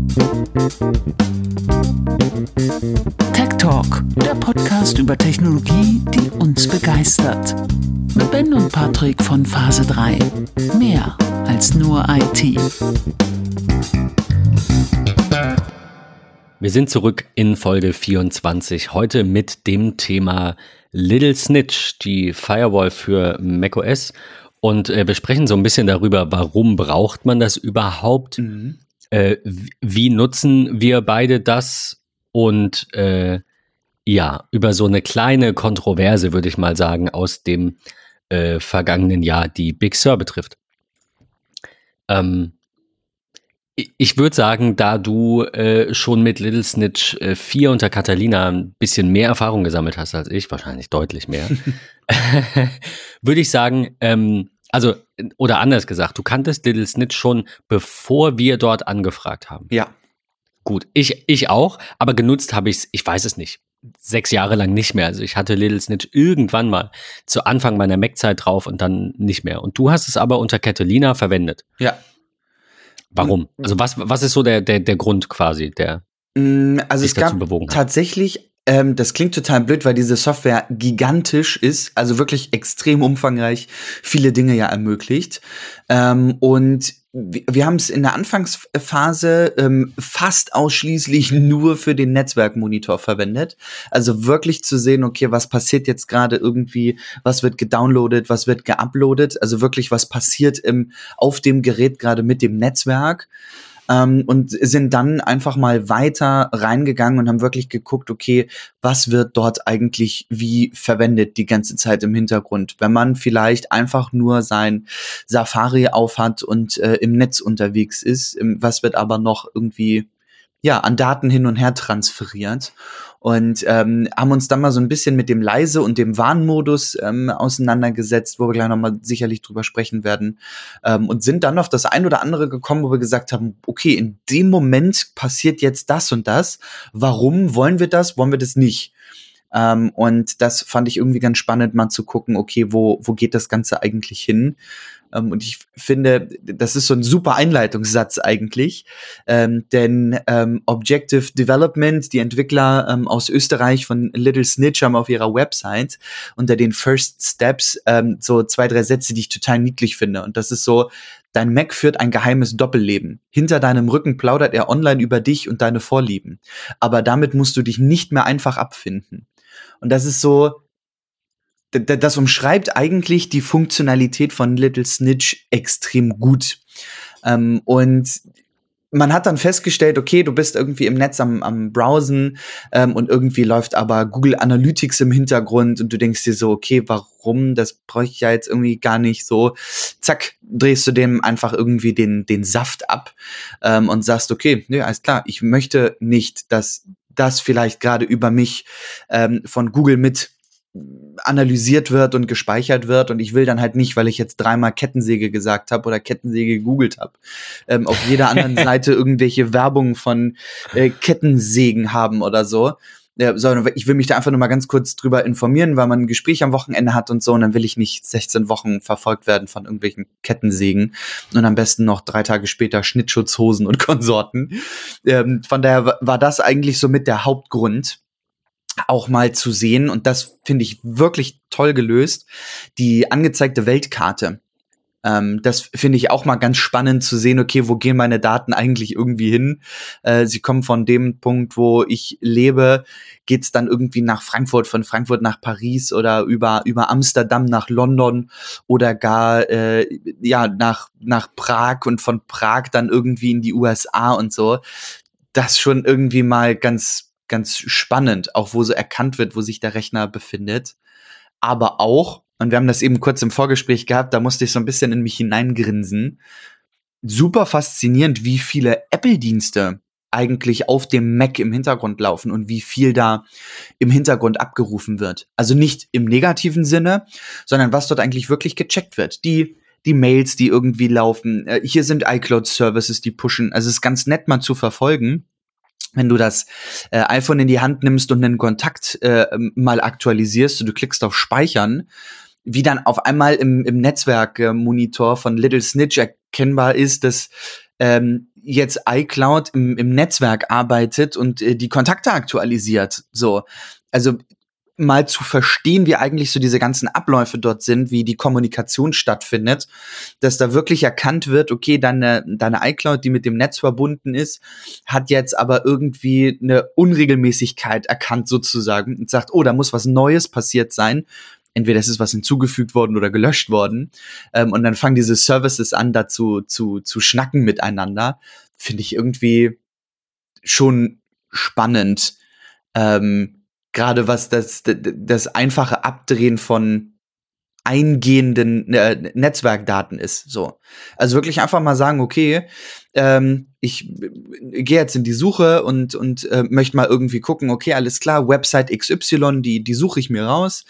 Tech Talk, der Podcast über Technologie, die uns begeistert. Mit Ben und Patrick von Phase 3. Mehr als nur IT. Wir sind zurück in Folge 24, heute mit dem Thema Little Snitch, die Firewall für macOS. Und wir sprechen so ein bisschen darüber, warum braucht man das überhaupt? Wie nutzen wir beide das? Und über so eine kleine Kontroverse, würde ich mal sagen, aus dem vergangenen Jahr, die Big Sur betrifft. Ich würde sagen, da du schon mit Little Snitch 4 unter Catalina ein bisschen mehr Erfahrung gesammelt hast als ich, wahrscheinlich deutlich mehr, würde ich sagen, oder anders gesagt, du kanntest Little Snitch schon, bevor wir dort angefragt haben. Ja. Gut, ich auch, aber genutzt habe ich es, ich weiß es nicht, 6 Jahre lang nicht mehr. Also ich hatte Little Snitch irgendwann mal zu Anfang meiner Mac-Zeit drauf und dann nicht mehr. Und du hast es aber unter Catalina verwendet. Ja. Warum? Also was ist so der Grund quasi, der also dich es gab dazu bewogen hat? Tatsächlich, das klingt total blöd, weil diese Software gigantisch ist, also wirklich extrem umfangreich, viele Dinge ja ermöglicht. Und wir haben es in der Anfangsphase fast ausschließlich nur für den Netzwerkmonitor verwendet. Also wirklich zu sehen, okay, was passiert jetzt gerade irgendwie, was wird gedownloadet, was wird geuploadet, also wirklich, was passiert auf dem Gerät gerade mit dem Netzwerk. Und sind dann einfach mal weiter reingegangen und haben wirklich geguckt, okay, was wird dort eigentlich wie verwendet die ganze Zeit im Hintergrund, wenn man vielleicht einfach nur sein Safari aufhat und im Netz unterwegs ist, was wird aber noch irgendwie an Daten hin und her transferiert. Und haben uns dann mal so ein bisschen mit dem Leise- und dem Warnmodus auseinandergesetzt, wo wir gleich nochmal sicherlich drüber sprechen werden. Und sind dann auf das ein oder andere gekommen, wo wir gesagt haben, okay, in dem Moment passiert jetzt das und das. Warum wollen wir das nicht? Und das fand ich irgendwie ganz spannend, mal zu gucken, okay, wo geht das Ganze eigentlich hin? Und ich finde, das ist so ein super Einleitungssatz eigentlich, denn Objective Development, die Entwickler aus Österreich von Little Snitch, haben auf ihrer Website unter den First Steps so 2, 3 Sätze, die ich total niedlich finde. Und das ist so: Dein Mac führt ein geheimes Doppelleben. Hinter deinem Rücken plaudert er online über dich und deine Vorlieben. Aber damit musst du dich nicht mehr einfach abfinden. Und das ist so, das umschreibt eigentlich die Funktionalität von Little Snitch extrem gut. Und man hat dann festgestellt, okay, du bist irgendwie im Netz am Browsen und irgendwie läuft aber Google Analytics im Hintergrund und du denkst dir so, okay, warum? Das bräuchte ich ja jetzt irgendwie gar nicht so. Zack, drehst du dem einfach irgendwie den Saft ab und sagst, okay, nee, alles klar, ich möchte nicht, dass das vielleicht gerade über mich von Google mit analysiert wird und gespeichert wird, und ich will dann halt nicht, weil ich jetzt 3-mal Kettensäge gesagt habe oder Kettensäge gegoogelt habe, auf jeder anderen Seite irgendwelche Werbung von Kettensägen haben oder so. Sondern ich will mich da einfach nur mal ganz kurz drüber informieren, weil man ein Gespräch am Wochenende hat und so, und dann will ich nicht 16 Wochen verfolgt werden von irgendwelchen Kettensägen und am besten noch 3 Tage später Schnittschutzhosen und Konsorten. Von daher war das eigentlich so mit der Hauptgrund, auch mal zu sehen, und das finde ich wirklich toll gelöst, die angezeigte Weltkarte. Das finde ich auch mal ganz spannend zu sehen, okay, wo gehen meine Daten eigentlich irgendwie hin? Sie kommen von dem Punkt, wo ich lebe, geht's dann irgendwie nach Frankfurt, von Frankfurt nach Paris oder über Amsterdam nach London oder gar nach Prag und von Prag dann irgendwie in die USA und so. Das schon irgendwie mal ganz spannend, auch wo so erkannt wird, wo sich der Rechner befindet. Aber auch, und wir haben das eben kurz im Vorgespräch gehabt, da musste ich so ein bisschen in mich hineingrinsen, super faszinierend, wie viele Apple-Dienste eigentlich auf dem Mac im Hintergrund laufen und wie viel da im Hintergrund abgerufen wird. Also nicht im negativen Sinne, sondern was dort eigentlich wirklich gecheckt wird. Die Mails, die irgendwie laufen. Hier sind iCloud-Services, die pushen. Also es ist ganz nett mal zu verfolgen, wenn du das iPhone in die Hand nimmst und einen Kontakt mal aktualisierst und du klickst auf Speichern, wie dann auf einmal im Netzwerkmonitor von Little Snitch erkennbar ist, dass jetzt iCloud im Netzwerk arbeitet und die Kontakte aktualisiert. So, also mal zu verstehen, wie eigentlich so diese ganzen Abläufe dort sind, wie die Kommunikation stattfindet, dass da wirklich erkannt wird, okay, deine iCloud, die mit dem Netz verbunden ist, hat jetzt aber irgendwie eine Unregelmäßigkeit erkannt sozusagen und sagt, oh, da muss was Neues passiert sein. Entweder es ist was hinzugefügt worden oder gelöscht worden. Und dann fangen diese Services an, dazu zu schnacken miteinander. Finde ich irgendwie schon spannend. Gerade was das einfache Abdrehen von eingehenden Netzwerkdaten ist. So. Also wirklich einfach mal sagen, okay, ich gehe jetzt in die Suche und möchte mal irgendwie gucken, okay, alles klar, Website XY, die suche ich mir raus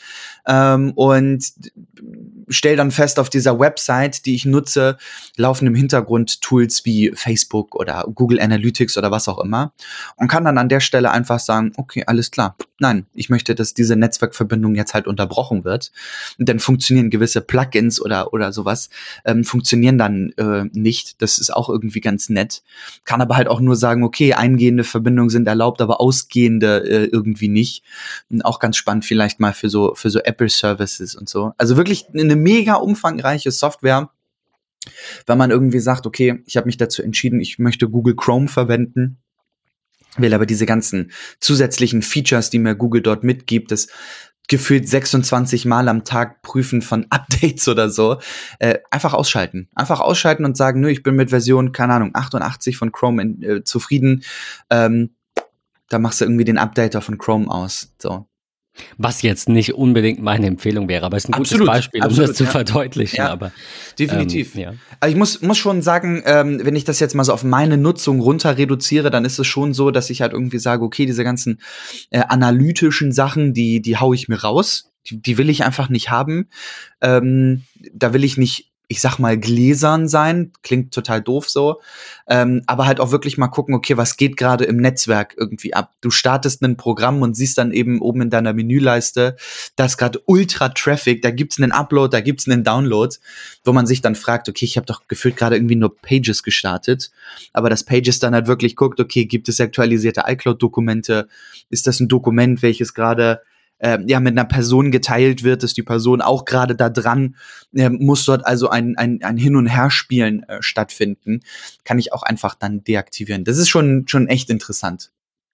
und stell dann fest, auf dieser Website, die ich nutze, laufen im Hintergrund Tools wie Facebook oder Google Analytics oder was auch immer und kann dann an der Stelle einfach sagen, okay, alles klar, nein, ich möchte, dass diese Netzwerkverbindung jetzt halt unterbrochen wird. Und dann funktionieren gewisse Plugins oder sowas, funktionieren dann nicht. Das ist auch irgendwie ganz nett. Kann aber halt auch nur sagen, okay, eingehende Verbindungen sind erlaubt, aber ausgehende irgendwie nicht. Und auch ganz spannend vielleicht mal für so Apple-Services und so. Also wirklich eine mega umfangreiche Software, wenn man irgendwie sagt, okay, ich habe mich dazu entschieden, ich möchte Google Chrome verwenden, will aber diese ganzen zusätzlichen Features, die mir Google dort mitgibt, das gefühlt 26 Mal am Tag prüfen von Updates oder so, einfach ausschalten. Einfach ausschalten und sagen, nö, ich bin mit Version, keine Ahnung, 88 von Chrome zufrieden. Da machst du irgendwie den Updater von Chrome aus. So. Was jetzt nicht unbedingt meine Empfehlung wäre, aber es ist ein gutes Beispiel, um das zu verdeutlichen. Ja, aber definitiv. Ja. Aber ich muss schon sagen, wenn ich das jetzt mal so auf meine Nutzung runter reduziere, dann ist es schon so, dass ich halt irgendwie sage, okay, diese ganzen analytischen Sachen, die hau ich mir raus. Die will ich einfach nicht haben. Da will ich nicht, ich sag mal, gläsern sein. Klingt total doof so. Aber halt auch wirklich mal gucken, okay, was geht gerade im Netzwerk irgendwie ab? Du startest ein Programm und siehst dann eben oben in deiner Menüleiste, da ist gerade Ultra-Traffic, da gibt's einen Upload, da gibt's einen Download, wo man sich dann fragt, okay, ich habe doch gefühlt gerade irgendwie nur Pages gestartet. Aber das Pages dann halt wirklich guckt, okay, gibt es aktualisierte iCloud-Dokumente? Ist das ein Dokument, welches gerade mit einer Person geteilt wird, ist die Person auch gerade da dran, muss dort also ein Hin- und Herspielen stattfinden, kann ich auch einfach dann deaktivieren. Das ist schon echt interessant.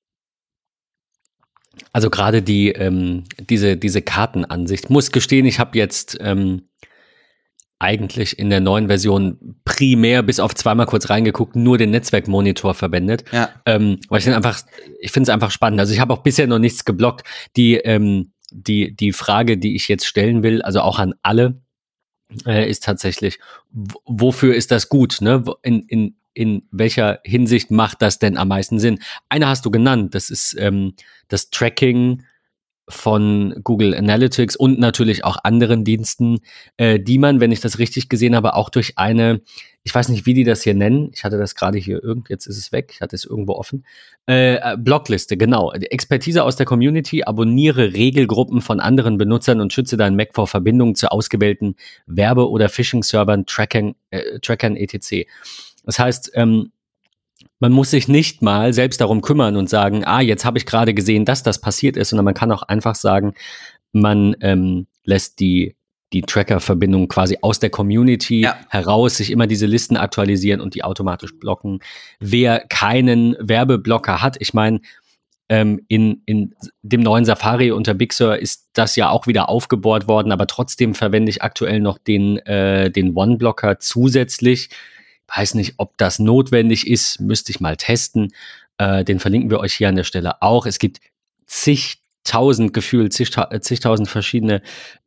Also gerade diese Kartenansicht. Muss gestehen, ich habe jetzt eigentlich in der neuen Version primär bis auf zweimal kurz reingeguckt, nur den Netzwerkmonitor verwendet. Ja. Weil ich finde es einfach spannend. Also ich habe auch bisher noch nichts geblockt. Die Frage, die ich jetzt stellen will, also auch an alle, ist tatsächlich, wofür ist das gut? Ne? In welcher Hinsicht macht das denn am meisten Sinn? Eine hast du genannt, das ist das Tracking von Google Analytics und natürlich auch anderen Diensten, die man, wenn ich das richtig gesehen habe, auch durch eine, ich weiß nicht, wie die das hier nennen, ich hatte das gerade hier jetzt ist es weg, ich hatte es irgendwo offen, Blockliste, genau. Die Expertise aus der Community, abonniere Regelgruppen von anderen Benutzern und schütze deinen Mac vor Verbindungen zu ausgewählten Werbe- oder Phishing-Servern, Trackern etc. Das heißt, man muss sich nicht mal selbst darum kümmern und sagen, jetzt habe ich gerade gesehen, dass das passiert ist, sondern man kann auch einfach sagen, man lässt die Tracker-Verbindung quasi aus der Community heraus, sich immer diese Listen aktualisieren und die automatisch blocken. Wer keinen Werbeblocker hat, ich meine, in dem neuen Safari unter Big Sur ist das ja auch wieder aufgebohrt worden, aber trotzdem verwende ich aktuell noch den One-Blocker zusätzlich. Weiß nicht, ob das notwendig ist, müsste ich mal testen. Den verlinken wir euch hier an der Stelle auch. Es gibt zigtausend verschiedene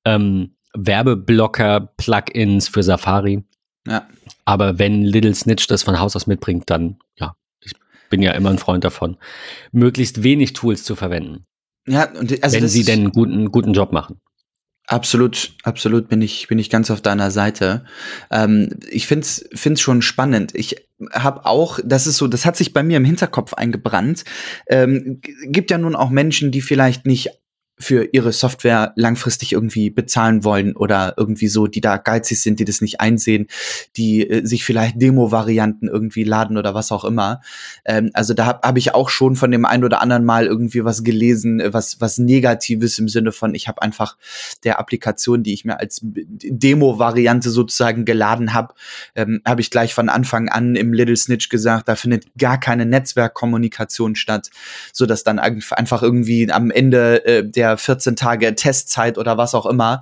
Werbeblocker-Plugins für Safari. Ja. Aber wenn Little Snitch das von Haus aus mitbringt, dann ich bin ja immer ein Freund davon, möglichst wenig Tools zu verwenden. Ja, und also wenn sie denn einen guten Job machen. Absolut bin ich ganz auf deiner Seite. Ich find's schon spannend. Ich habe auch, das hat sich bei mir im Hinterkopf eingebrannt. Gibt ja nun auch Menschen, die vielleicht nicht für ihre Software langfristig irgendwie bezahlen wollen oder irgendwie so, die da geizig sind, die das nicht einsehen, die sich vielleicht Demo-Varianten irgendwie laden oder was auch immer. Also da hab ich auch schon von dem einen oder anderen Mal irgendwie was gelesen, was Negatives im Sinne von, ich habe einfach der Applikation, die ich mir als Demo-Variante sozusagen geladen habe, habe ich gleich von Anfang an im Little Snitch gesagt, da findet gar keine Netzwerkkommunikation statt, so dass dann einfach irgendwie am Ende der 14 Tage Testzeit oder was auch immer,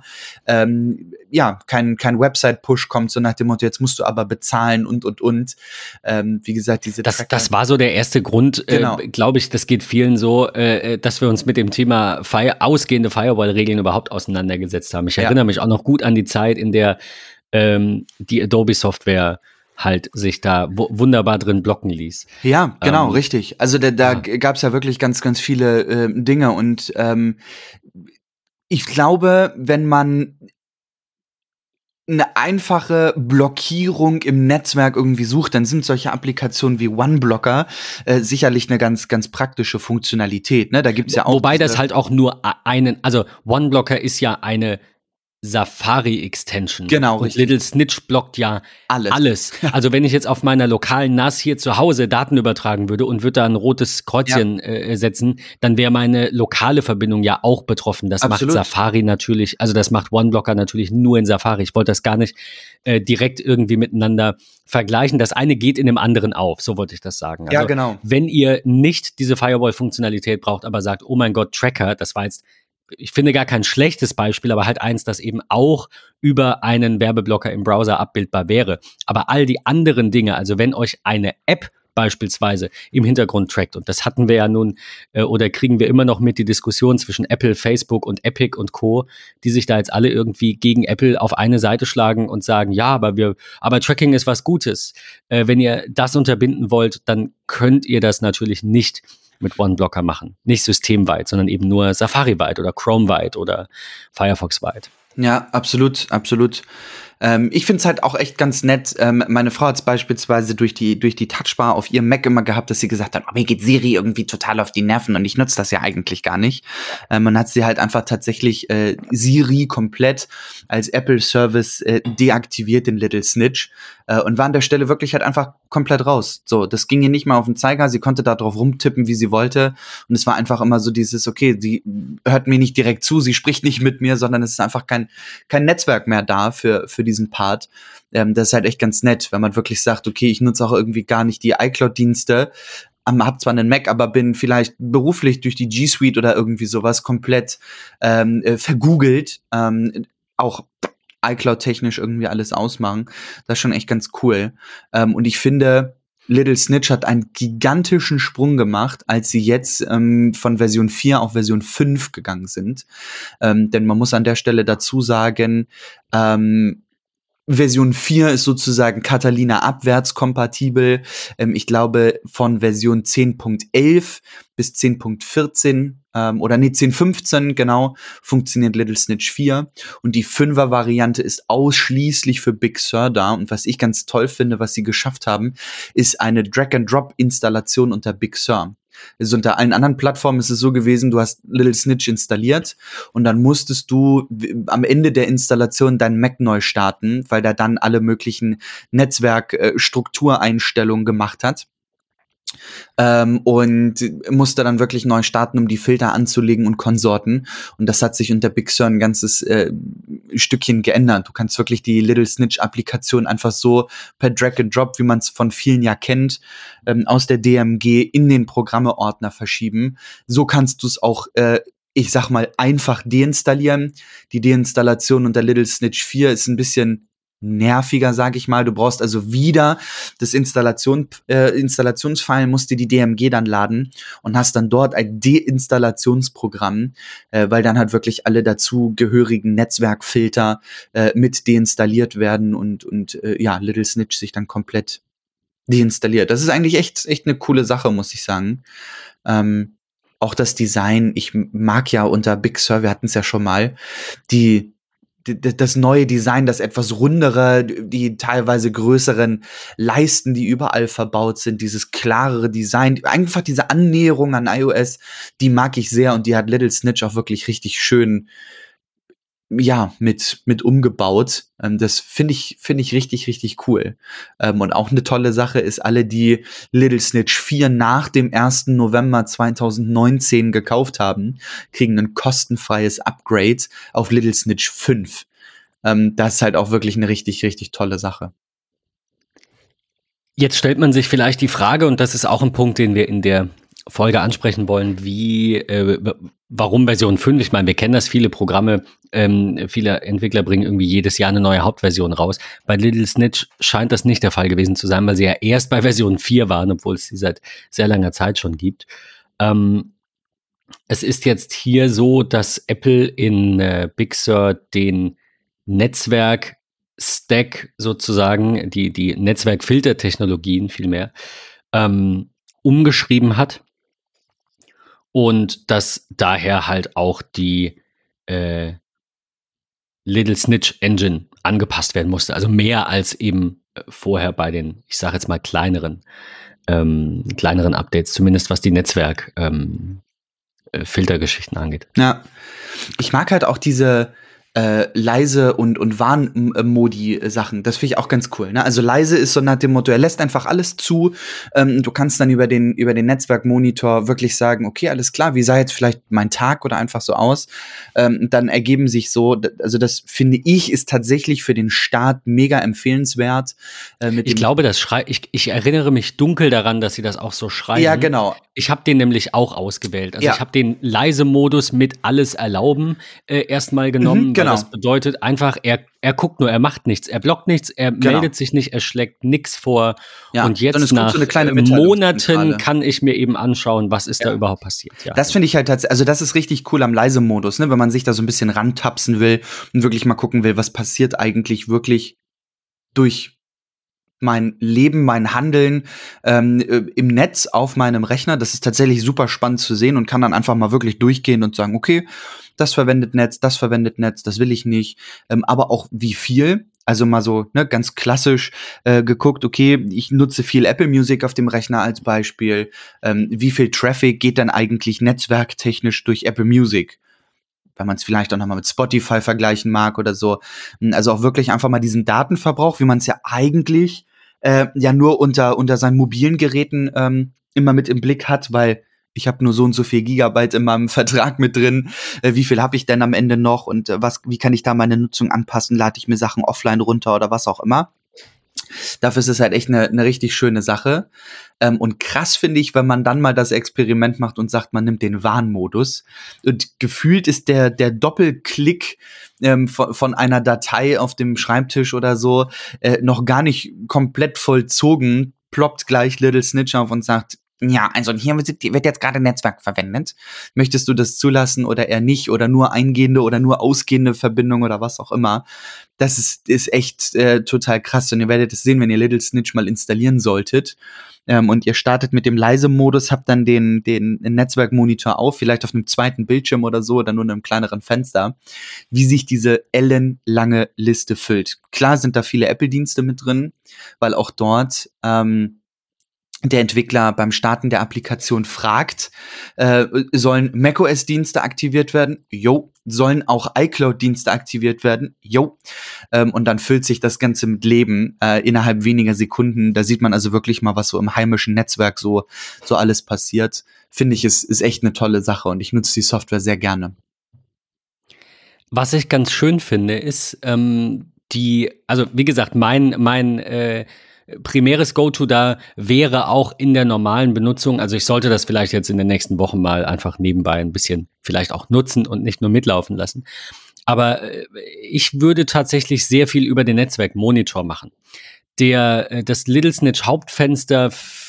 kein Website-Push kommt, so nach dem Motto, jetzt musst du aber bezahlen und. Wie gesagt, diese Das war so der erste Grund, genau. Glaube ich, das geht vielen so, dass wir uns mit dem Thema ausgehende Firewall-Regeln überhaupt auseinandergesetzt haben. Ich erinnere mich auch noch gut an die Zeit, in der die Adobe-Software halt sich da wunderbar drin blocken ließ. Ja, genau, richtig. Also da gab's ja wirklich ganz, ganz viele Dinge und ich glaube, wenn man eine einfache Blockierung im Netzwerk irgendwie sucht, dann sind solche Applikationen wie OneBlocker sicherlich eine ganz, ganz praktische Funktionalität. Ne? Da gibt's ja auch. Wobei das halt auch nur also OneBlocker ist ja eine Safari-Extension. Genau, und richtig. Little Snitch blockt ja Alles. alles. Also wenn ich jetzt auf meiner lokalen NAS hier zu Hause Daten übertragen würde und würde da ein rotes Kreuzchen setzen, dann wäre meine lokale Verbindung ja auch betroffen. Das Absolut. macht Safari natürlich, also das macht OneBlocker natürlich nur in Safari. Ich wollte das gar nicht direkt irgendwie miteinander vergleichen. Das eine geht in dem anderen auf, so wollte ich das sagen. Also, ja, genau. wenn ihr nicht diese Firewall-Funktionalität braucht, aber sagt, oh mein Gott, Tracker, das war jetzt, ich finde, gar kein schlechtes Beispiel, aber halt eins, das eben auch über einen Werbeblocker im Browser abbildbar wäre. Aber all die anderen Dinge, also wenn euch eine App beispielsweise im Hintergrund trackt, und das hatten wir ja nun oder kriegen wir immer noch mit, die Diskussion zwischen Apple, Facebook und Epic und Co., die sich da jetzt alle irgendwie gegen Apple auf eine Seite schlagen und sagen, ja, aber Tracking ist was Gutes. Wenn ihr das unterbinden wollt, dann könnt ihr das natürlich nicht mit OneBlocker machen. Nicht systemweit, sondern eben nur Safari-weit oder Chrome-weit oder Firefox-weit. Ja, absolut, absolut. Ich finde es halt auch echt ganz nett. Meine Frau hat es beispielsweise durch die Touchbar auf ihrem Mac immer gehabt, dass sie gesagt hat, oh, mir geht Siri irgendwie total auf die Nerven und ich nutze das ja eigentlich gar nicht. Man hat sie halt einfach tatsächlich Siri komplett als Apple-Service deaktiviert in Little Snitch und war an der Stelle wirklich halt einfach komplett raus. So, das ging ihr nicht mal auf den Zeiger, sie konnte da drauf rumtippen, wie sie wollte und es war einfach immer so dieses, okay, sie hört mir nicht direkt zu, sie spricht nicht mit mir, sondern es ist einfach kein Netzwerk mehr da für diesen Part. Das ist halt echt ganz nett, wenn man wirklich sagt, okay, ich nutze auch irgendwie gar nicht die iCloud-Dienste, hab zwar einen Mac, aber bin vielleicht beruflich durch die G Suite oder irgendwie sowas komplett vergoogelt, auch iCloud-technisch irgendwie alles ausmachen. Das ist schon echt ganz cool. Und ich finde, Little Snitch hat einen gigantischen Sprung gemacht, als sie jetzt von Version 4 auf Version 5 gegangen sind. Denn man muss an der Stelle dazu sagen, Version 4 ist sozusagen Catalina abwärtskompatibel. Ich glaube, von Version 10.11 bis 10.14 10.15, genau, funktioniert Little Snitch 4. Und die 5er-Variante ist ausschließlich für Big Sur da. Und was ich ganz toll finde, was sie geschafft haben, ist eine Drag-and-Drop-Installation unter Big Sur. Also unter allen anderen Plattformen ist es so gewesen, du hast Little Snitch installiert und dann musstest du am Ende der Installation deinen Mac neu starten, weil der dann alle möglichen Netzwerkstruktureinstellungen gemacht hat. Und musste dann wirklich neu starten, um die Filter anzulegen und Konsorten. Und das hat sich unter Big Sur ein ganzes Stückchen geändert. Du kannst wirklich die Little Snitch-Applikation einfach so per Drag and Drop, wie man es von vielen ja kennt, aus der DMG in den Programmeordner verschieben. So kannst du es auch ich sag mal, einfach deinstallieren. Die Deinstallation unter Little Snitch 4 ist ein bisschen nerviger, sag ich mal. Du brauchst also wieder das Installationsfile, musst dir die DMG dann laden und hast dann dort ein Deinstallationsprogramm, weil dann halt wirklich alle dazugehörigen Netzwerkfilter mit deinstalliert werden und Little Snitch sich dann komplett deinstalliert. Das ist eigentlich echt eine coole Sache, muss ich sagen. Auch das Design, ich mag ja unter Big Sur, wir hatten es ja schon mal, die das neue Design, das etwas rundere, die teilweise größeren Leisten, die überall verbaut sind, dieses klarere Design, einfach diese Annäherung an iOS, die mag ich sehr und die hat Little Snitch auch wirklich richtig schön, ja, mit umgebaut. Das finde ich richtig, richtig cool. Und auch eine tolle Sache ist, alle, die Little Snitch 4 nach dem 1. November 2019 gekauft haben, kriegen ein kostenfreies Upgrade auf Little Snitch 5. Das ist halt auch wirklich eine richtig, richtig tolle Sache. Jetzt stellt man sich vielleicht die Frage, und das ist auch ein Punkt, den wir in der Folge ansprechen wollen, warum Version 5? Ich meine, wir kennen das, viele Programme, viele Entwickler bringen irgendwie jedes Jahr eine neue Hauptversion raus. Bei Little Snitch scheint das nicht der Fall gewesen zu sein, weil sie ja erst bei Version 4 waren, obwohl es sie seit sehr langer Zeit schon gibt. Es ist jetzt hier so, dass Apple in Big Sur den Netzwerk-Stack sozusagen, die Netzwerkfiltertechnologien vielmehr, umgeschrieben hat. Und dass daher halt auch die Little Snitch Engine angepasst werden musste. Also mehr als eben vorher bei den, ich sage jetzt mal, kleineren Updates, zumindest was die Netzwerk-Filtergeschichten angeht. Ja, ich mag halt auch diese leise und Warn-Modi-Sachen. Das finde ich auch ganz cool. Ne? Also leise ist so nach dem Motto, er lässt einfach alles zu. Du kannst dann über den Netzwerkmonitor wirklich sagen, okay, alles klar, wie sah jetzt vielleicht mein Tag oder einfach so aus? Dann ergeben sich so, also das finde ich, ist tatsächlich für den Start mega empfehlenswert. Ich glaube, ich erinnere mich dunkel daran, dass sie das auch so schreiben. Ja, genau. Ich habe den nämlich auch ausgewählt. Also ja. Ich habe den Leise-Modus mit alles erlauben erstmal genommen. Genau. Das bedeutet einfach, er guckt nur, er macht nichts, er blockt nichts, er meldet sich nicht, er schlägt nichts vor. Ja, und jetzt nach so Monaten kann ich mir eben anschauen, was ist da überhaupt passiert. Ja. Das finde ich halt tatsächlich, also das ist richtig cool am Leise-Modus, ne? Wenn man sich da so ein bisschen rantapsen will und wirklich mal gucken will, was passiert eigentlich wirklich durch mein Leben, mein Handeln im Netz auf meinem Rechner. Das ist tatsächlich super spannend zu sehen und kann dann einfach mal wirklich durchgehen und sagen, okay, das verwendet Netz, das will ich nicht. Aber auch wie viel. Also mal so ganz klassisch geguckt, okay, ich nutze viel Apple Music auf dem Rechner als Beispiel. Wie viel Traffic geht dann eigentlich netzwerktechnisch durch Apple Music? Wenn man es vielleicht auch nochmal mit Spotify vergleichen mag oder so. Also auch wirklich einfach mal diesen Datenverbrauch, wie man es ja eigentlich ja nur unter seinen mobilen Geräten immer mit im Blick hat, weil ich habe nur so und so viel Gigabyte in meinem Vertrag mit drin. Wie viel habe ich denn am Ende noch und wie kann ich da meine Nutzung anpassen? Lade ich mir Sachen offline runter oder was auch immer? Dafür ist es halt echt eine richtig schöne Sache. Und krass finde ich, wenn man dann mal das Experiment macht und sagt, man nimmt den Warnmodus. Und gefühlt ist der Doppelklick von einer Datei auf dem Schreibtisch oder so noch gar nicht komplett vollzogen, ploppt gleich Little Snitch auf und sagt, ja, also hier wird jetzt gerade Netzwerk verwendet. Möchtest du das zulassen oder eher nicht? Oder nur eingehende oder nur ausgehende Verbindung oder was auch immer. Das ist echt total krass. Und ihr werdet es sehen, wenn ihr Little Snitch mal installieren solltet. Und ihr startet mit dem Leise-Modus, habt dann den Netzwerkmonitor auf, vielleicht auf einem zweiten Bildschirm oder so, oder nur in einem kleineren Fenster, wie sich diese ellenlange Liste füllt. Klar sind da viele Apple-Dienste mit drin, weil auch dort der Entwickler beim Starten der Applikation fragt, sollen macOS-Dienste aktiviert werden? Jo. Sollen auch iCloud-Dienste aktiviert werden? Jo. Und dann füllt sich das Ganze mit Leben innerhalb weniger Sekunden. Da sieht man also wirklich mal, was so im heimischen Netzwerk so alles passiert. Finde ich, ist echt eine tolle Sache und ich nutze die Software sehr gerne. Was ich ganz schön finde, ist also wie gesagt, mein primäres Go-To da wäre auch in der normalen Benutzung, also ich sollte das vielleicht jetzt in den nächsten Wochen mal einfach nebenbei ein bisschen vielleicht auch nutzen und nicht nur mitlaufen lassen. Aber ich würde tatsächlich sehr viel über den Netzwerkmonitor machen. Das Little Snitch Hauptfenster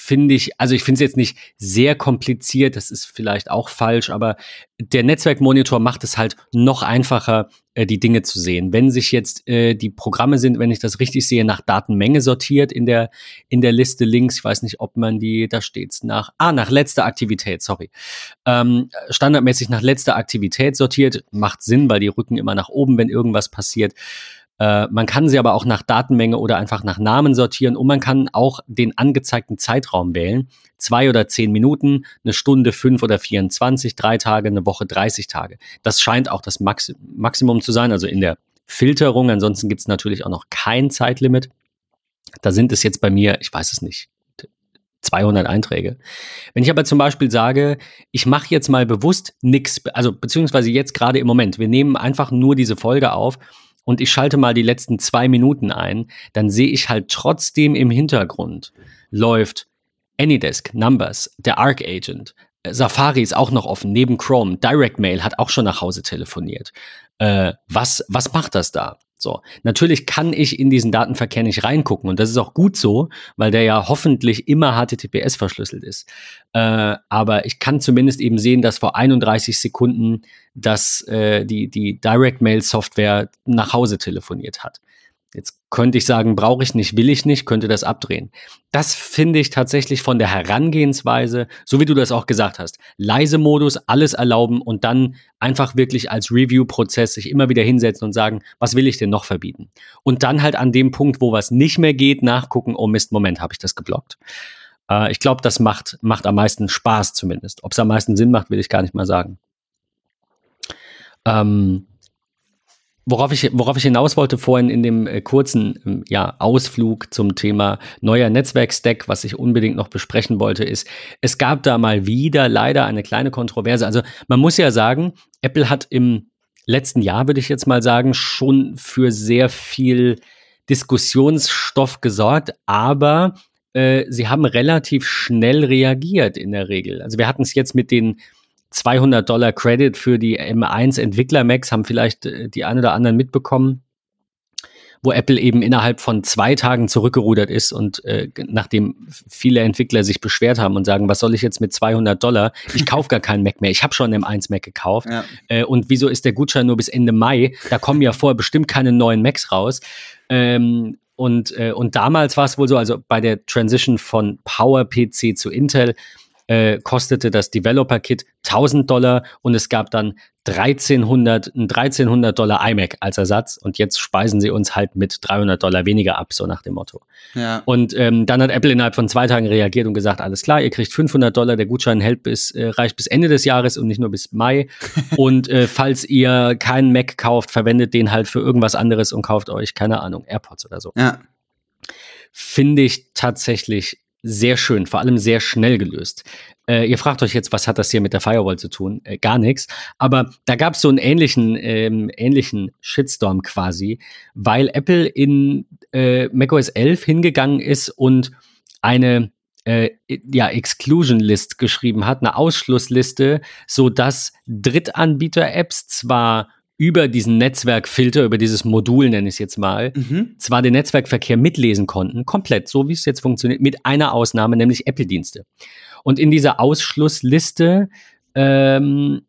finde ich, also ich finde es jetzt nicht sehr kompliziert, das ist vielleicht auch falsch, aber der Netzwerkmonitor macht es halt noch einfacher, die Dinge zu sehen. Wenn sich jetzt die Programme sind, wenn ich das richtig sehe, nach Datenmenge sortiert in der Liste links, ich weiß nicht, ob man da steht's nach letzter Aktivität, sorry. Standardmäßig nach letzter Aktivität sortiert, macht Sinn, weil die rücken immer nach oben, wenn irgendwas passiert. Man kann sie aber auch nach Datenmenge oder einfach nach Namen sortieren und man kann auch den angezeigten Zeitraum wählen. 2 oder 10 Minuten, eine Stunde, 5 oder 24, 3 Tage, eine Woche, 30 Tage. Das scheint auch das Maximum zu sein, also in der Filterung. Ansonsten gibt es natürlich auch noch kein Zeitlimit. Da sind es jetzt bei mir, ich weiß es nicht, 200 Einträge. Wenn ich aber zum Beispiel sage, ich mache jetzt mal bewusst nichts, also beziehungsweise jetzt gerade im Moment, wir nehmen einfach nur diese Folge auf und ich schalte mal die letzten 2 Minuten ein, dann sehe ich halt trotzdem im Hintergrund läuft AnyDesk, Numbers, der Arc Agent, Safari ist auch noch offen, neben Chrome, Direct Mail hat auch schon nach Hause telefoniert. Was macht das da? So, natürlich kann ich in diesen Datenverkehr nicht reingucken und das ist auch gut so, weil der ja hoffentlich immer HTTPS verschlüsselt ist. Aber ich kann zumindest eben sehen, dass vor 31 Sekunden die Direct Mail Software nach Hause telefoniert hat. Jetzt könnte ich sagen, brauche ich nicht, will ich nicht, könnte das abdrehen. Das finde ich tatsächlich von der Herangehensweise, so wie du das auch gesagt hast, leise Modus, alles erlauben und dann einfach wirklich als Review-Prozess sich immer wieder hinsetzen und sagen, was will ich denn noch verbieten? Und dann halt an dem Punkt, wo was nicht mehr geht, nachgucken, oh Mist, Moment, habe ich das geblockt? Ich glaube, das macht am meisten Spaß zumindest. Ob es am meisten Sinn macht, will ich gar nicht mal sagen. Worauf ich hinaus wollte vorhin in dem kurzen Ausflug zum Thema neuer Netzwerkstack, was ich unbedingt noch besprechen wollte, ist, es gab da mal wieder leider eine kleine Kontroverse. Also man muss ja sagen, Apple hat im letzten Jahr, würde ich jetzt mal sagen, schon für sehr viel Diskussionsstoff gesorgt, aber sie haben relativ schnell reagiert in der Regel. Also wir hatten es jetzt mit den $200 Credit für die M1 Entwickler-Macs, haben vielleicht die ein oder anderen mitbekommen, wo Apple eben innerhalb von 2 Tagen zurückgerudert ist und nachdem viele Entwickler sich beschwert haben und sagen, was soll ich jetzt mit $200? Ich kaufe gar keinen Mac mehr, ich habe schon einen M1 Mac gekauft und wieso ist der Gutschein nur bis Ende Mai? Da kommen ja vorher bestimmt keine neuen Macs raus. Und damals war es wohl so, also bei der Transition von PowerPC zu Intel kostete das Developer-Kit $1.000 und es gab dann ein $1.300 iMac als Ersatz und jetzt speisen sie uns halt mit $300 weniger ab, so nach dem Motto. Ja. Und dann hat Apple innerhalb von 2 Tagen reagiert und gesagt, alles klar, ihr kriegt $500, der Gutschein reicht bis Ende des Jahres und nicht nur bis Mai und falls ihr keinen Mac kauft, verwendet den halt für irgendwas anderes und kauft euch, keine Ahnung, AirPods oder so. Ja. Finde ich tatsächlich sehr schön, vor allem sehr schnell gelöst. Ihr fragt euch jetzt, was hat das hier mit der Firewall zu tun? Gar nichts. Aber da gab es so einen ähnlichen Shitstorm quasi, weil Apple in macOS 11 hingegangen ist und eine Exclusion List geschrieben hat, eine Ausschlussliste, sodass Drittanbieter-Apps zwar über diesen Netzwerkfilter, über dieses Modul, nenne ich es jetzt mal, zwar den Netzwerkverkehr mitlesen konnten, komplett, so wie es jetzt funktioniert, mit einer Ausnahme, nämlich Apple-Dienste. Und in dieser Ausschlussliste sind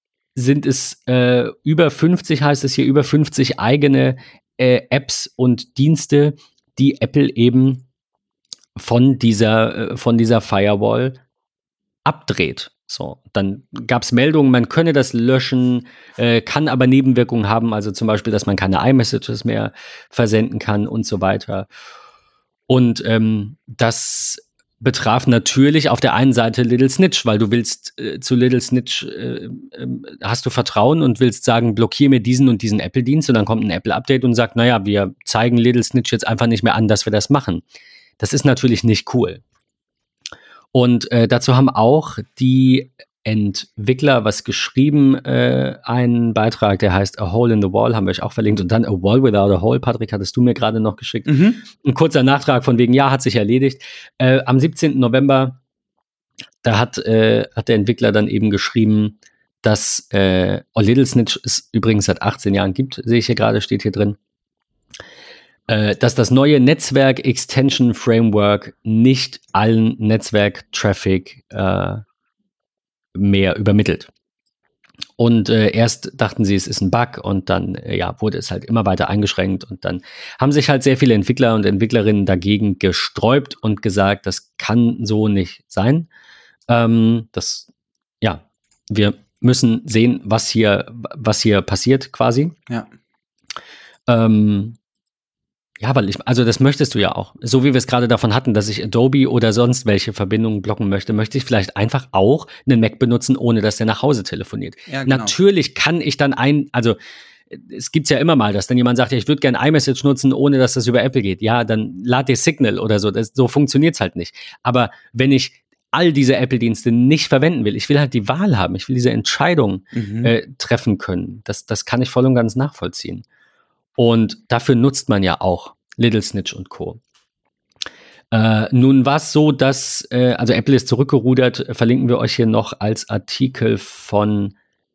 es über 50, heißt es hier, über 50 eigene Apps und Dienste, die Apple eben von dieser Firewall abdreht. So, dann gab es Meldungen, man könne das löschen, kann aber Nebenwirkungen haben, also zum Beispiel, dass man keine iMessages mehr versenden kann und so weiter. Und das betraf natürlich auf der einen Seite Little Snitch, weil du willst zu Little Snitch hast du Vertrauen und willst sagen, blockiere mir diesen und diesen Apple-Dienst und dann kommt ein Apple-Update und sagt, naja, wir zeigen Little Snitch jetzt einfach nicht mehr an, dass wir das machen. Das ist natürlich nicht cool. Und dazu haben auch die Entwickler was geschrieben, einen Beitrag, der heißt A Hole in the Wall, haben wir euch auch verlinkt. Und dann A Wall Without a Hole, Patrick, hattest du mir gerade noch geschickt. Ein kurzer Nachtrag von wegen, ja, hat sich erledigt. Am 17. November, da hat der Entwickler dann eben geschrieben, dass Little Snitch es übrigens seit 18 Jahren gibt, sehe ich hier gerade, steht hier drin. dass das neue Netzwerk Extension Framework nicht allen Netzwerk-Traffic mehr übermittelt. Und erst dachten sie, es ist ein Bug und dann wurde es halt immer weiter eingeschränkt und dann haben sich halt sehr viele Entwickler und Entwicklerinnen dagegen gesträubt und gesagt, das kann so nicht sein. Wir müssen sehen, was hier passiert quasi. Ja. Weil das möchtest du ja auch. So wie wir es gerade davon hatten, dass ich Adobe oder sonst welche Verbindungen blocken möchte ich vielleicht einfach auch einen Mac benutzen, ohne dass der nach Hause telefoniert. Ja, genau. Natürlich kann ich dann es gibt's ja immer mal, dass dann jemand sagt, ja, ich würde gerne iMessage nutzen, ohne dass das über Apple geht. Ja, dann lad dir Signal oder so. So funktioniert's halt nicht. Aber wenn ich all diese Apple-Dienste nicht verwenden will, ich will halt die Wahl haben, ich will diese Entscheidung treffen können. Das kann ich voll und ganz nachvollziehen. Und dafür nutzt man ja auch Little Snitch und Co. Nun war es so, dass Apple ist zurückgerudert, verlinken wir euch hier noch als Artikel von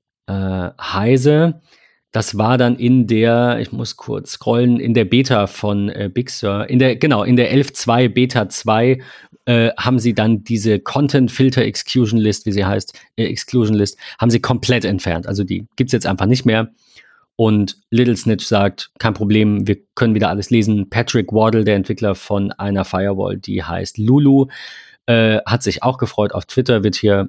Heise. Das war dann in der, ich muss kurz scrollen, in der Beta von Big Sur, in der 11.2 Beta 2 haben sie dann diese Content Filter Exclusion List, wie sie heißt, Exclusion List, haben sie komplett entfernt. Also die gibt's jetzt einfach nicht mehr. Und Little Snitch sagt, kein Problem, wir können wieder alles lesen. Patrick Wardle, der Entwickler von einer Firewall, die heißt Lulu, hat sich auch gefreut auf Twitter, wird hier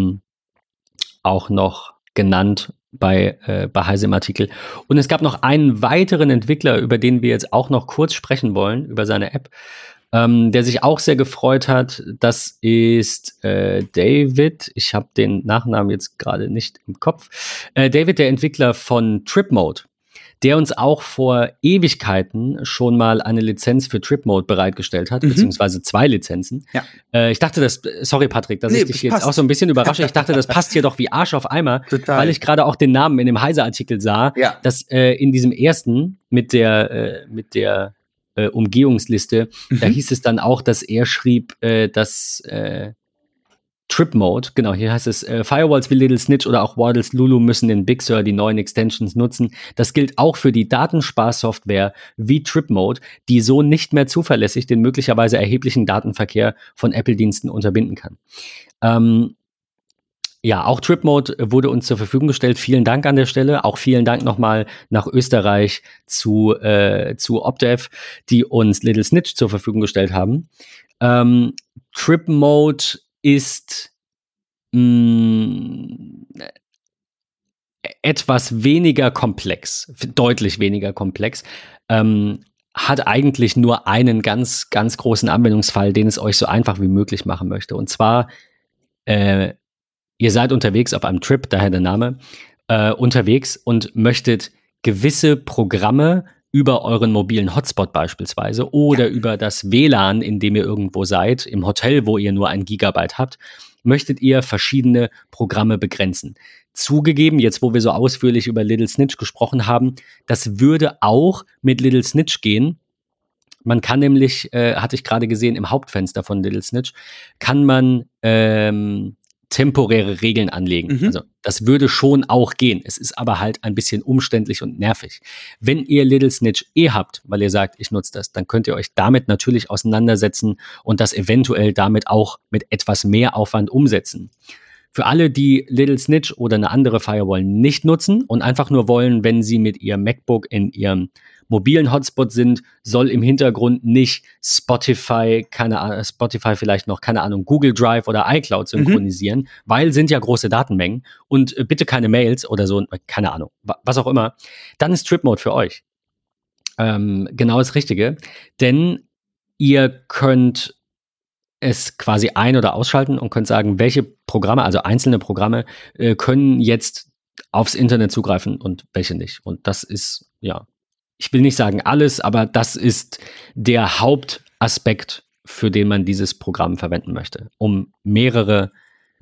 auch noch genannt bei Heise im Artikel. Und es gab noch einen weiteren Entwickler, über den wir jetzt auch noch kurz sprechen wollen, über seine App, der sich auch sehr gefreut hat. Das ist David. Ich habe den Nachnamen jetzt gerade nicht im Kopf. David, der Entwickler von TripMode, der uns auch vor Ewigkeiten schon mal eine Lizenz für TripMode bereitgestellt hat, beziehungsweise 2 Lizenzen. Ja. Ich dachte, sorry Patrick, dass ich dich jetzt auch so ein bisschen überrasche. Ich dachte, das passt hier doch wie Arsch auf Eimer, Total. Weil ich gerade auch den Namen in dem Heise-Artikel sah, dass in diesem ersten mit der Umgehungsliste, da hieß es dann auch, dass er schrieb, dass TripMode, genau, hier heißt es, Firewalls wie Little Snitch oder auch Wardle's Lulu müssen in Big Sur die neuen Extensions nutzen. Das gilt auch für die Datensparsoftware wie TripMode, die so nicht mehr zuverlässig den möglicherweise erheblichen Datenverkehr von Apple-Diensten unterbinden kann. Auch TripMode wurde uns zur Verfügung gestellt. Vielen Dank an der Stelle. Auch vielen Dank nochmal nach Österreich zu Opdev, die uns Little Snitch zur Verfügung gestellt haben. TripMode ist etwas weniger komplex, deutlich weniger komplex, hat eigentlich nur einen ganz, ganz großen Anwendungsfall, den es euch so einfach wie möglich machen möchte. Und zwar, ihr seid unterwegs auf einem Trip, daher der Name, unterwegs und möchtet gewisse Programme über euren mobilen Hotspot beispielsweise oder über das WLAN, in dem ihr irgendwo seid, im Hotel, wo ihr nur 1 Gigabyte habt, möchtet ihr verschiedene Programme begrenzen. Zugegeben, jetzt wo wir so ausführlich über Little Snitch gesprochen haben, das würde auch mit Little Snitch gehen. Man kann nämlich, hatte ich gerade gesehen, im Hauptfenster von Little Snitch, kann man temporäre Regeln anlegen. Also das würde schon auch gehen. Es ist aber halt ein bisschen umständlich und nervig. Wenn ihr Little Snitch habt, weil ihr sagt, ich nutze das, dann könnt ihr euch damit natürlich auseinandersetzen und das eventuell damit auch mit etwas mehr Aufwand umsetzen. Für alle, die Little Snitch oder eine andere Firewall nicht nutzen und einfach nur wollen, wenn sie mit ihrem MacBook in ihrem mobilen Hotspot sind, soll im Hintergrund nicht Spotify vielleicht noch, keine Ahnung, Google Drive oder iCloud synchronisieren, weil sind ja große Datenmengen und bitte keine Mails oder so, keine Ahnung, was auch immer, dann ist TripMode für euch genau das Richtige, denn ihr könnt es quasi ein- oder ausschalten und könnt sagen, welche Programme, also einzelne Programme, können jetzt aufs Internet zugreifen und welche nicht. Und das ist, ich will nicht sagen alles, aber das ist der Hauptaspekt, für den man dieses Programm verwenden möchte, um mehrere,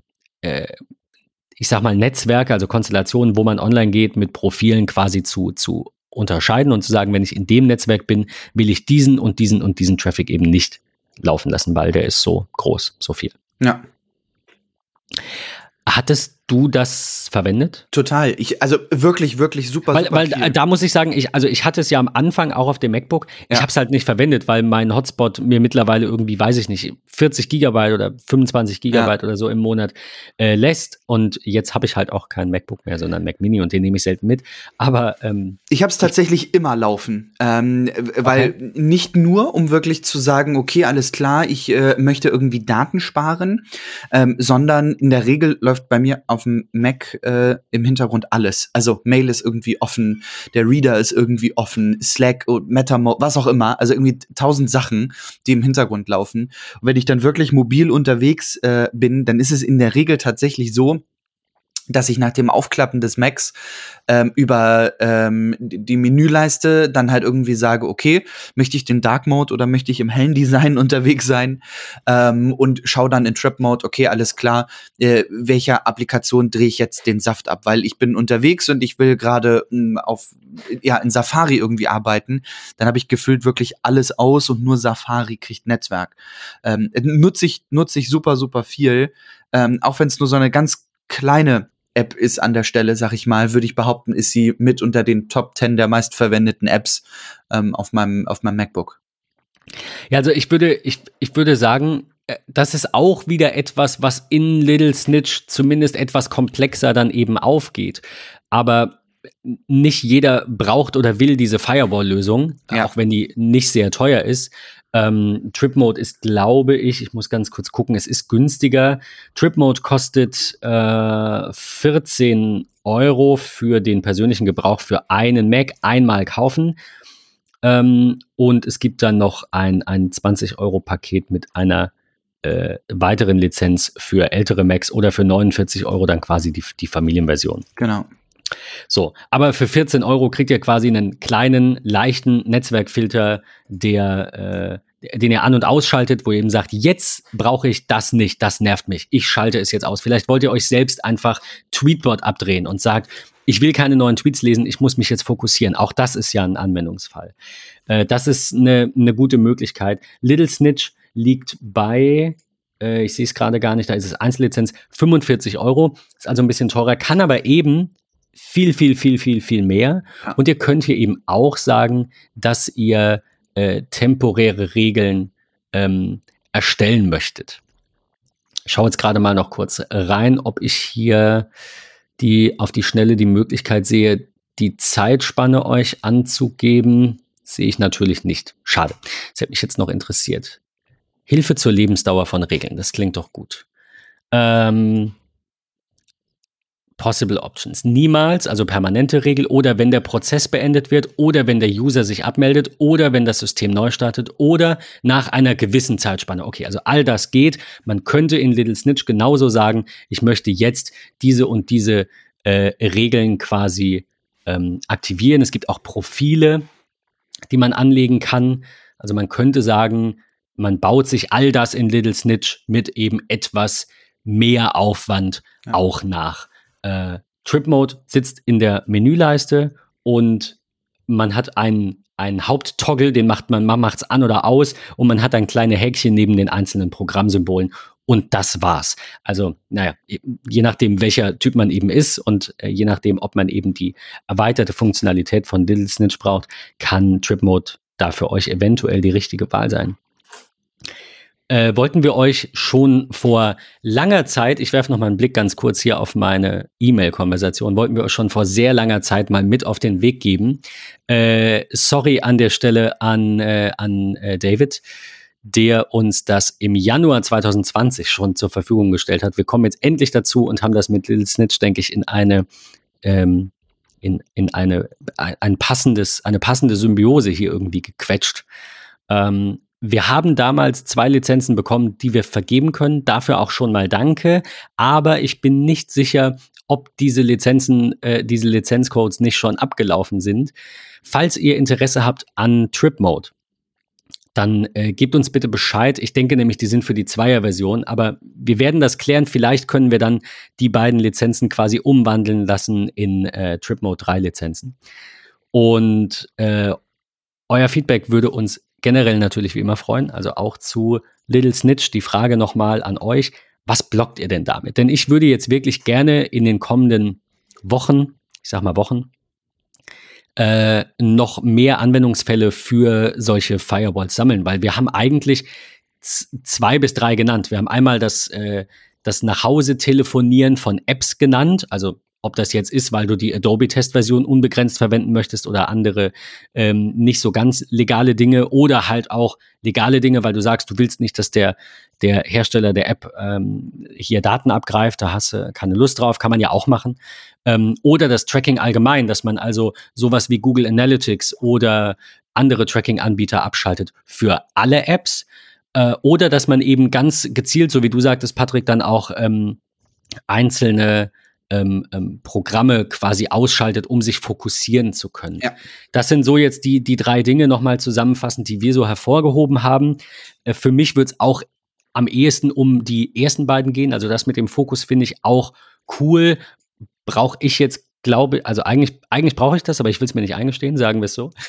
ich sag mal, Netzwerke, also Konstellationen, wo man online geht, mit Profilen quasi zu unterscheiden und zu sagen, wenn ich in dem Netzwerk bin, will ich diesen und diesen und diesen Traffic eben nicht laufen lassen, weil der ist so groß, so viel. Ja. Hattest du das verwendet? Total. Also wirklich, wirklich super, Weil viel. da muss ich sagen, ich hatte es ja am Anfang auch auf dem MacBook. Ich habe es halt nicht verwendet, weil mein Hotspot mir mittlerweile irgendwie, weiß ich nicht, 40 Gigabyte oder 25 Gigabyte oder so im Monat lässt. Und jetzt habe ich halt auch kein MacBook mehr, sondern Mac Mini und den nehme ich selten mit. Aber ich habe es tatsächlich immer laufen, weil nicht nur, um wirklich zu sagen, okay, alles klar, ich möchte irgendwie Daten sparen, sondern in der Regel läuft bei mir auf dem Mac im Hintergrund alles. Also Mail ist irgendwie offen, der Reader ist irgendwie offen, Slack und MetaMost, was auch immer. Also irgendwie 1000 Sachen, die im Hintergrund laufen. Und wenn ich dann wirklich mobil unterwegs bin, dann ist es in der Regel tatsächlich so, dass ich nach dem Aufklappen des Macs über die Menüleiste dann halt irgendwie sage, okay, möchte ich den Dark Mode oder möchte ich im hellen Design unterwegs sein, und schaue dann in Trip Mode, okay, alles klar, welcher Applikation drehe ich jetzt den Saft ab, weil ich bin unterwegs und ich will gerade in Safari irgendwie arbeiten, dann habe ich gefühlt wirklich alles aus und nur Safari kriegt Netzwerk. Nutze ich super, super viel, auch wenn es nur so eine ganz kleine App ist an der Stelle, sag ich mal, würde ich behaupten, ist sie mit unter den Top 10 der meistverwendeten Apps auf meinem MacBook. Ja, also ich würde sagen, das ist auch wieder etwas, was in Little Snitch zumindest etwas komplexer dann eben aufgeht. Aber nicht jeder braucht oder will diese Firewall-Lösung, auch wenn die nicht sehr teuer ist. Trip Mode ist, glaube ich muss ganz kurz gucken, es ist günstiger. Trip Mode kostet 14 € für den persönlichen Gebrauch für einen Mac, einmal kaufen. Und es gibt dann noch ein 20-€ Paket mit einer weiteren Lizenz für ältere Macs oder für 49 € dann quasi die Familienversion. Genau. So, aber für 14 € kriegt ihr quasi einen kleinen, leichten Netzwerkfilter, den ihr an- und ausschaltet, wo ihr eben sagt, jetzt brauche ich das nicht, das nervt mich, ich schalte es jetzt aus. Vielleicht wollt ihr euch selbst einfach Tweetbot abdrehen und sagt, ich will keine neuen Tweets lesen, ich muss mich jetzt fokussieren. Auch das ist ja ein Anwendungsfall. Das ist eine gute Möglichkeit. Little Snitch liegt bei, ich sehe es gerade gar nicht, da ist es Einzellizenz, 45 €, ist also ein bisschen teurer, kann aber eben viel mehr. Ja. Und ihr könnt hier eben auch sagen, dass ihr temporäre Regeln erstellen möchtet. Ich schaue jetzt gerade mal noch kurz rein, ob ich hier auf die Schnelle die Möglichkeit sehe, die Zeitspanne euch anzugeben. Sehe ich natürlich nicht. Schade. Das hätte mich jetzt noch interessiert. Hilfe zur Lebensdauer von Regeln. Das klingt doch gut. Possible Options. Niemals, also permanente Regel, oder wenn der Prozess beendet wird, oder wenn der User sich abmeldet, oder wenn das System neu startet, oder nach einer gewissen Zeitspanne. Okay, also all das geht. Man könnte in Little Snitch genauso sagen, ich möchte jetzt diese und diese Regeln quasi aktivieren. Es gibt auch Profile, die man anlegen kann. Also man könnte sagen, man baut sich all das in Little Snitch mit eben etwas mehr Aufwand auch nach. Trip Mode sitzt in der Menüleiste und man hat einen Haupttoggle, den man macht's an oder aus, und man hat dann kleine Häkchen neben den einzelnen Programmsymbolen und das war's. Also, je nachdem, welcher Typ man eben ist und je nachdem, ob man eben die erweiterte Funktionalität von Little Snitch braucht, kann Trip Mode da für euch eventuell die richtige Wahl sein. Wollten wir euch schon vor langer Zeit, ich werfe noch mal einen Blick ganz kurz hier auf meine E-Mail-Konversation, wollten wir euch schon vor sehr langer Zeit mal mit auf den Weg geben. Sorry an der Stelle an David, der uns das im Januar 2020 schon zur Verfügung gestellt hat. Wir kommen jetzt endlich dazu und haben das mit Little Snitch, denke ich, in eine passende Symbiose hier irgendwie gequetscht. Wir haben damals 2 Lizenzen bekommen, die wir vergeben können. Dafür auch schon mal danke. Aber ich bin nicht sicher, ob diese Lizenzcodes nicht schon abgelaufen sind. Falls ihr Interesse habt an Trip Mode, dann gebt uns bitte Bescheid. Ich denke nämlich, die sind für die Zweier-Version. Aber wir werden das klären. Vielleicht können wir dann die beiden Lizenzen quasi umwandeln lassen in Trip Mode 3 Lizenzen. Und euer Feedback würde uns generell natürlich wie immer freuen, also auch zu Little Snitch. Die Frage nochmal an euch: was blockt ihr denn damit? Denn ich würde jetzt wirklich gerne in den kommenden Wochen, noch mehr Anwendungsfälle für solche Firewalls sammeln, weil wir haben eigentlich 2 bis 3 genannt. Wir haben einmal das Nachhause-Telefonieren von Apps genannt, also ob das jetzt ist, weil du die Adobe-Testversion unbegrenzt verwenden möchtest oder andere nicht so ganz legale Dinge oder halt auch legale Dinge, weil du sagst, du willst nicht, dass der Hersteller der App hier Daten abgreift, da hast du keine Lust drauf, kann man ja auch machen. Oder das Tracking allgemein, dass man also sowas wie Google Analytics oder andere Tracking-Anbieter abschaltet für alle Apps. Oder dass man eben ganz gezielt, so wie du sagtest, Patrick, dann auch einzelne Programme quasi ausschaltet, um sich fokussieren zu können. Ja. Das sind so jetzt die 3 Dinge nochmal zusammenfassend, die wir so hervorgehoben haben. Für mich wird es auch am ehesten um die ersten beiden gehen. Also das mit dem Fokus finde ich auch cool. Brauche ich jetzt, also eigentlich brauche ich das, aber ich will es mir nicht eingestehen, sagen wir es so.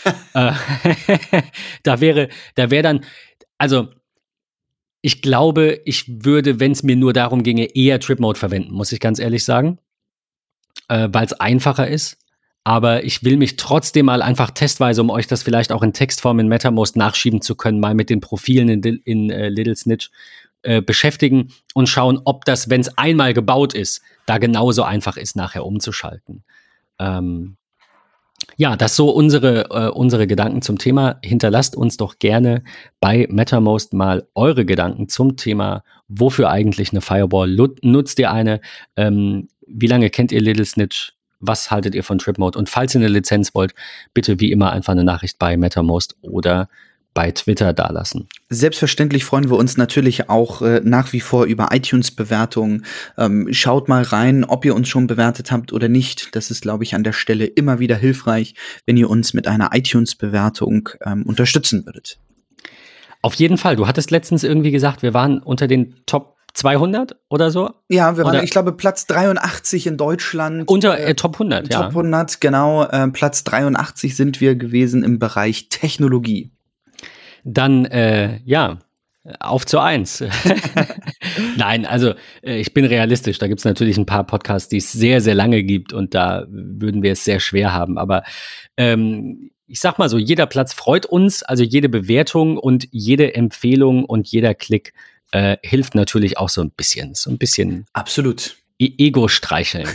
Da wäre dann, also ich glaube, ich würde, wenn es mir nur darum ginge, eher Trip Mode verwenden, muss ich ganz ehrlich sagen, weil es einfacher ist. Aber ich will mich trotzdem mal einfach testweise, um euch das vielleicht auch in Textform in MetaMost nachschieben zu können, mal mit den Profilen in Little Snitch beschäftigen und schauen, ob das, wenn es einmal gebaut ist, da genauso einfach ist, nachher umzuschalten. Ja, das so unsere Gedanken zum Thema. Hinterlasst uns doch gerne bei MetaMost mal eure Gedanken zum Thema, wofür eigentlich eine Firewall. Nutzt ihr eine? Wie lange kennt ihr Little Snitch? Was haltet ihr von Trip Mode? Und falls ihr eine Lizenz wollt, bitte wie immer einfach eine Nachricht bei MetaMost oder bei Twitter dalassen. Selbstverständlich freuen wir uns natürlich auch nach wie vor über iTunes-Bewertungen. Schaut mal rein, ob ihr uns schon bewertet habt oder nicht. Das ist, glaube ich, an der Stelle immer wieder hilfreich, wenn ihr uns mit einer iTunes-Bewertung unterstützen würdet. Auf jeden Fall. Du hattest letztens irgendwie gesagt, wir waren unter den Top 200 oder so? Ja, wir waren, ich glaube, Platz 83 in Deutschland. Unter Top 100, ja. Top 100, genau. Platz 83 sind wir gewesen im Bereich Technologie. Dann, auf zur 1. Nein, also ich bin realistisch. Da gibt es natürlich ein paar Podcasts, die es sehr, sehr lange gibt und da würden wir es sehr schwer haben. Aber ich sag mal so, jeder Platz freut uns, also jede Bewertung und jede Empfehlung und jeder Klick hilft natürlich auch so ein bisschen. Absolut. Ego streicheln.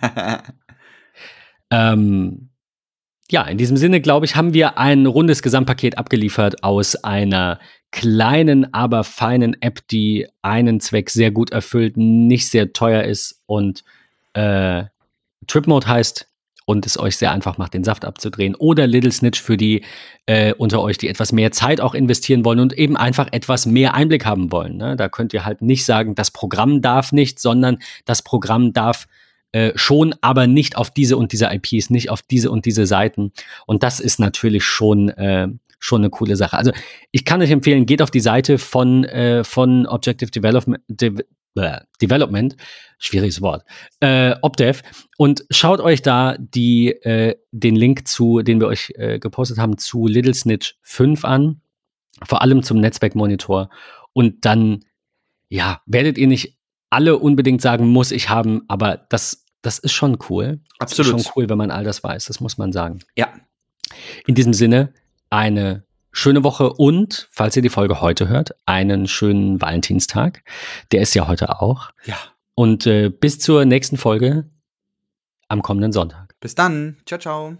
Ja, in diesem Sinne, glaube ich, haben wir ein rundes Gesamtpaket abgeliefert aus einer kleinen, aber feinen App, die einen Zweck sehr gut erfüllt, nicht sehr teuer ist und Trip Mode heißt und es euch sehr einfach macht, den Saft abzudrehen. Oder Little Snitch für die unter euch, die etwas mehr Zeit auch investieren wollen und eben einfach etwas mehr Einblick haben wollen. Ne? Da könnt ihr halt nicht sagen, das Programm darf nicht, sondern das Programm darf schon, aber nicht auf diese und diese IPs, nicht auf diese und diese Seiten. Und das ist natürlich schon eine coole Sache. Also ich kann euch empfehlen, geht auf die Seite von Objective Development, schwieriges Wort, OpDev, und schaut euch da den Link den wir euch gepostet haben, zu Little Snitch 5 an, vor allem zum Netzwerkmonitor. Und dann, ja, werdet ihr nicht alle unbedingt sagen, muss ich haben, aber das ist schon cool. Absolut. Das ist schon cool, wenn man all das weiß, das muss man sagen. Ja. In diesem Sinne, eine schöne Woche und, falls ihr die Folge heute hört, einen schönen Valentinstag. Der ist ja heute auch. Ja. Und bis zur nächsten Folge am kommenden Sonntag. Bis dann. Ciao, ciao.